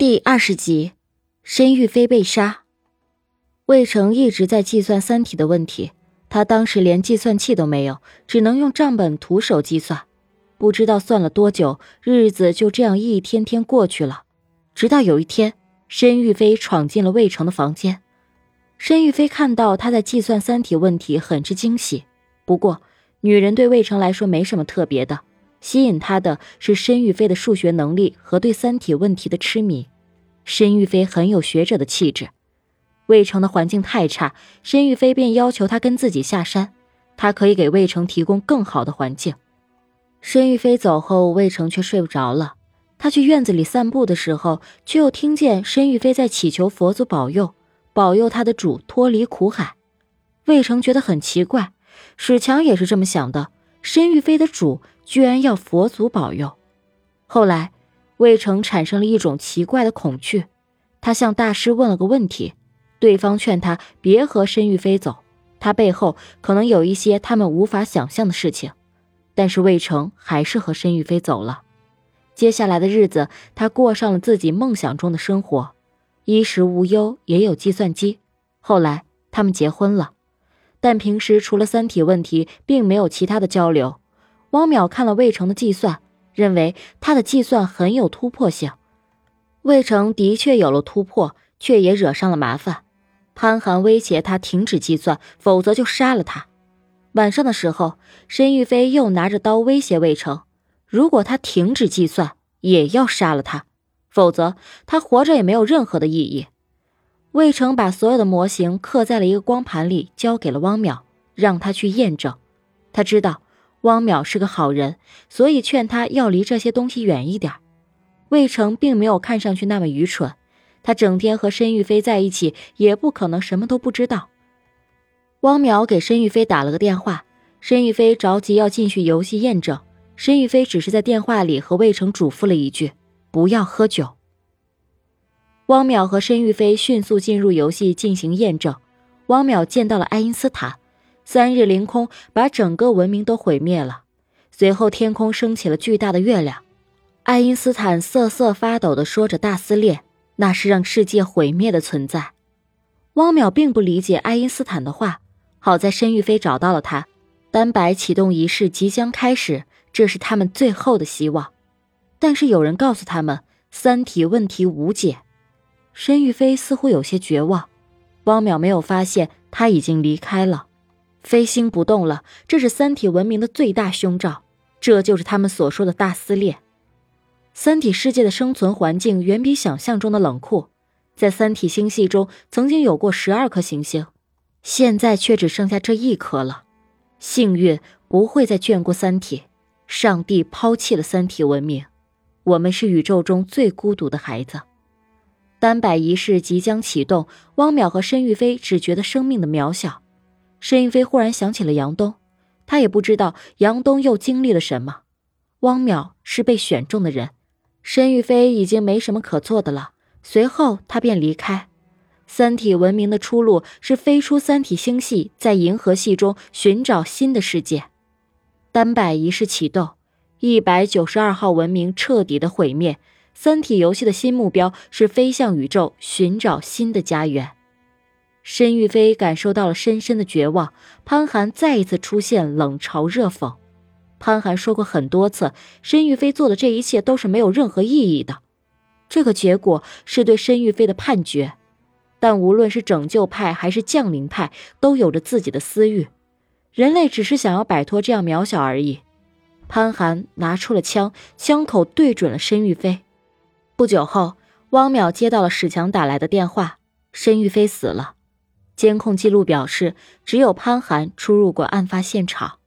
第20集，申玉飞被杀。魏成一直在计算三体的问题，他当时连计算器都没有，只能用账本徒手计算。不知道算了多久，日子就这样一天天过去了。直到有一天，申玉飞闯进了魏成的房间。申玉飞看到他在计算三体问题，很是惊喜。不过，女人对魏成来说没什么特别的，吸引他的是申玉飞的数学能力和对三体问题的痴迷。申玉飞很有学者的气质。魏成的环境太差，申玉飞便要求他跟自己下山，他可以给魏成提供更好的环境。申玉飞走后，魏成却睡不着了。他去院子里散步的时候，却又听见申玉飞在祈求佛祖保佑他的主脱离苦海。魏成觉得很奇怪，史强也是这么想的，申玉飞的主居然要佛祖保佑。后来魏成产生了一种奇怪的恐惧，他向大师问了个问题，对方劝他别和申玉飞走，他背后可能有一些他们无法想象的事情。但是魏成还是和申玉飞走了。接下来的日子，他过上了自己梦想中的生活，衣食无忧，也有计算机。后来他们结婚了，但平时除了三体问题，并没有其他的交流。汪淼看了魏成的计算，认为他的计算很有突破性。魏成的确有了突破，却也惹上了麻烦。潘寒威胁他停止计算，否则就杀了他。晚上的时候，申玉飞又拿着刀威胁魏成，如果他停止计算，也要杀了他，否则他活着也没有任何的意义。魏成把所有的模型刻在了一个光盘里，交给了汪淼，让他去验证。他知道汪淼是个好人，所以劝他要离这些东西远一点。魏成并没有看上去那么愚蠢，他整天和申玉飞在一起，也不可能什么都不知道。汪淼给申玉飞打了个电话，申玉飞着急要进去游戏验证，申玉飞只是在电话里和魏成嘱咐了一句，不要喝酒。汪淼和申玉飞迅速进入游戏进行验证。汪淼见到了爱因斯坦，3日凌空把整个文明都毁灭了。随后天空升起了巨大的月亮，爱因斯坦瑟瑟发抖地说着大撕裂，那是让世界毁灭的存在。汪淼并不理解爱因斯坦的话，好在申玉飞找到了他，单白启动仪式即将开始，这是他们最后的希望。但是有人告诉他们，三体问题无解。申玉飞似乎有些绝望，汪淼没有发现他已经离开了。飞星不动了，这是三体文明的最大凶兆，这就是他们所说的大撕裂。三体世界的生存环境远比想象中的冷酷，在三体星系中曾经有过12颗行星，现在却只剩下这1颗了。幸运不会再眷顾三体，上帝抛弃了三体文明，我们是宇宙中最孤独的孩子。单摆仪式即将启动，汪淼和申玉飞只觉得生命的渺小。申玉飞忽然想起了杨东，他也不知道杨东又经历了什么。汪淼是被选中的人，申玉飞已经没什么可做的了，随后他便离开。三体文明的出路是飞出三体星系，在银河系中寻找新的世界。单摆仪式启动，192号文明彻底的毁灭。三体游戏的新目标是飞向宇宙，寻找新的家园。申玉飞感受到了深深的绝望，潘寒再一次出现冷嘲热讽。潘寒说过很多次，申玉飞做的这一切都是没有任何意义的。这个结果是对申玉飞的判决，但无论是拯救派还是降临派，都有着自己的私欲。人类只是想要摆脱这样渺小而已。潘寒拿出了枪，枪口对准了申玉飞。不久后，汪淼接到了史强打来的电话，申玉飞死了。监控记录表示，只有潘寒出入过案发现场。